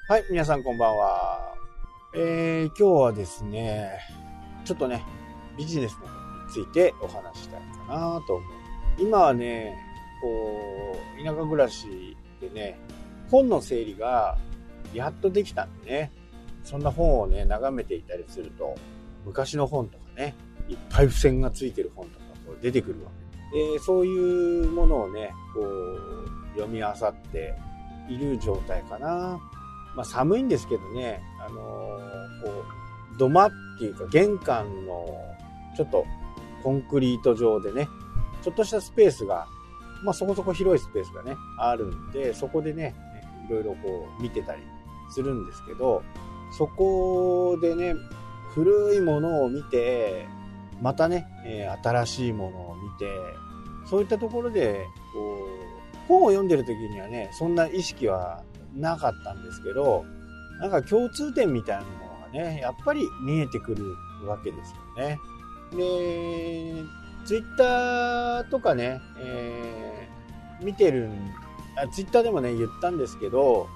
はい、皆さんこんばんは。今日はですね、ちょっとね、ビジネスのことについてお話したいかなと思う。今はね、田舎暮らしでね、本の整理がやっとできたんでね、そんな本をね、眺めていたりすると、昔の本とかね、いっぱい付箋がついてる本とか出てくるわけで、そういうものをね、読み漁っている状態かな。寒いんですけどね、土間っていうか玄関のちょっとコンクリート上でね、ちょっとしたスペースが、そこそこ広いスペースがね、あるんで、そこでね、いろいろ見てたりするんですけど、そこでね、古いものを見て、またね、新しいものを見て、そういったところで、本を読んでる時にはね、そんな意識はなかったんですけど、なんか共通点みたいなのがね、やっぱり見えてくるわけですよね。で、ツイッターとかね、見てるツイッターでもね、言ったんですけど、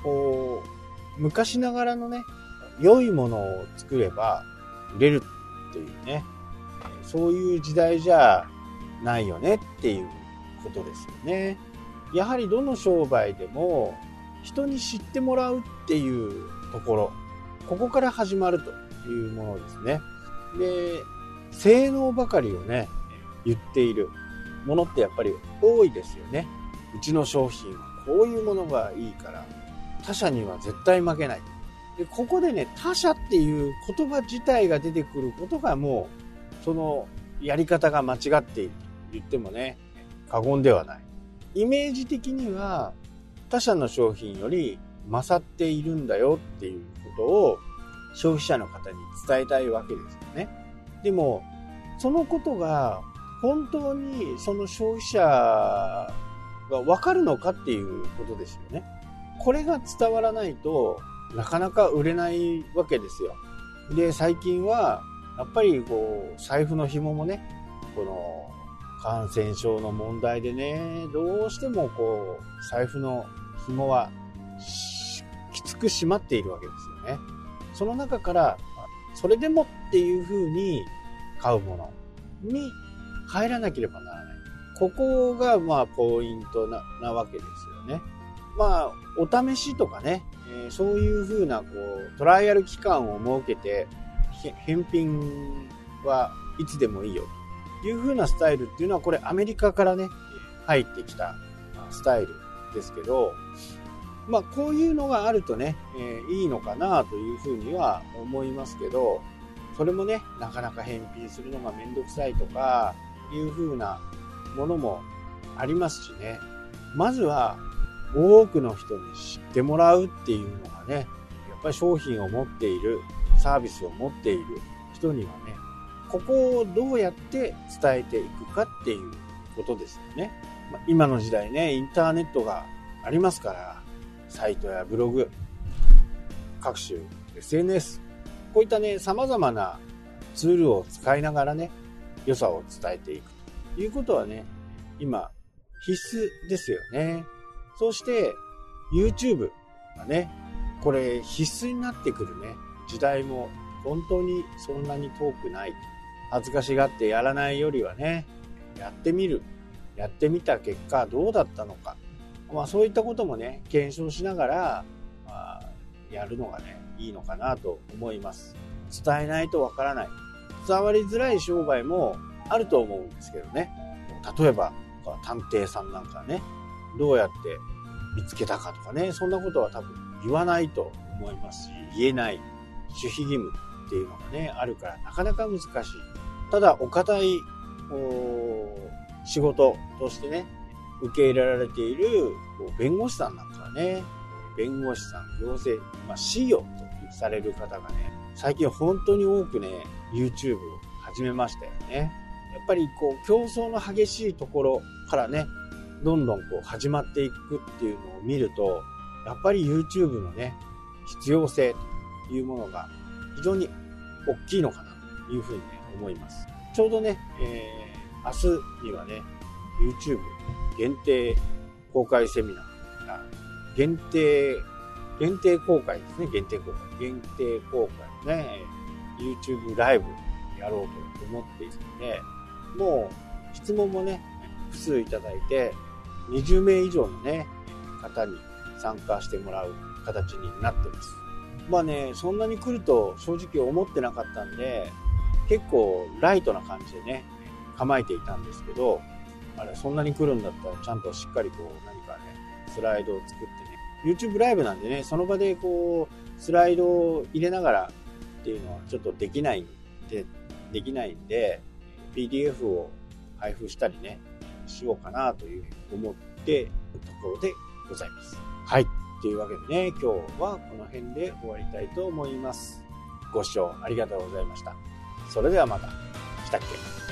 昔ながらのね、良いものを作れば売れるっていうね、そういう時代じゃないよねっていうことですよね。やはりどの商売でも人に知ってもらうっていうところ、ここから始まるというものですね。で、性能ばかりをね、言っているものってやっぱり多いですよね。うちの商品はこういうものがいいから他社には絶対負けない。で、ここでね、他社っていう言葉自体が出てくることがもうそのやり方が間違っていると言ってもね、過言ではない。イメージ的には他社の商品より勝っているんだよっていうことを消費者の方に伝えたいわけですよね。でもそのことが本当にその消費者が分かるのかっていうことですよね。これが伝わらないとなかなか売れないわけですよ。で、最近はやっぱり財布の紐もね、この感染症の問題でね、どうしても財布の紐はきつく締まっているわけですよね。その中からそれでもっていう風に買うものに入らなければならない。ここがポイント なわけですよね。お試しとかね、そういう風なトライアル期間を設けて返品はいつでもいいよという風なスタイルっていうのは、これアメリカからね入ってきたスタイルですけど、こういうのがあるとね、いいのかなというふうには思いますけど、それもね、なかなか返品するのがめんどくさいとかいうふうなものもありますしね。まずは多くの人に知ってもらうっていうのがね、やっぱり商品を持っている、サービスを持っている人にはね、ここをどうやって伝えていくかっていうことですよね。今の時代ね、インターネットがありますから、サイトやブログ、各種 SNS、こういったね、様々なツールを使いながらね、良さを伝えていくということはね、今必須ですよね。そして YouTube がね、これ必須になってくるね、時代も本当にそんなに遠くない。恥ずかしがってやらないよりはね、やってみる。やってみた結果どうだったのか。そういったこともね、検証しながら、やるのがね、いいのかなと思います。伝えないとわからない。伝わりづらい商売もあると思うんですけどね。例えば、探偵さんなんかね、どうやって見つけたかとかね、そんなことは多分言わないと思いますし、言えない。守秘義務っていうのがね、あるからなかなか難しい。ただ、お堅い仕事としてね、受け入れられている弁護士さんなんかはね、弁護士さん、行政、士業とされる方がね、最近本当に多くね、YouTube を始めましたよね。やっぱり競争の激しいところからね、どんどん始まっていくっていうのを見ると、やっぱり YouTube のね、必要性というものが非常に大きいのかなというふうに、ね、思います。ちょうどね、明日にはね、YouTube 限定公開セミナーが限定限定公開ですね。限定公開のね、YouTube ライブやろうと思っているので、もう質問もね、複数いただいて、20名以上のね、方に参加してもらう形になってます。まあね、そんなに来ると正直思ってなかったんで、結構ライトな感じでね、構えていたんですけど、あれ、そんなに来るんだったらちゃんとしっかりこう何かね、スライドを作ってね、YouTube ライブなんでね、その場でこう、スライドを入れながらっていうのはちょっとできないんで、PDF を配布したりね、しようかなというふうに思っているところでございます。はい。というわけでね、今日はこの辺で終わりたいと思います。ご視聴ありがとうございました。それではまた。したっけ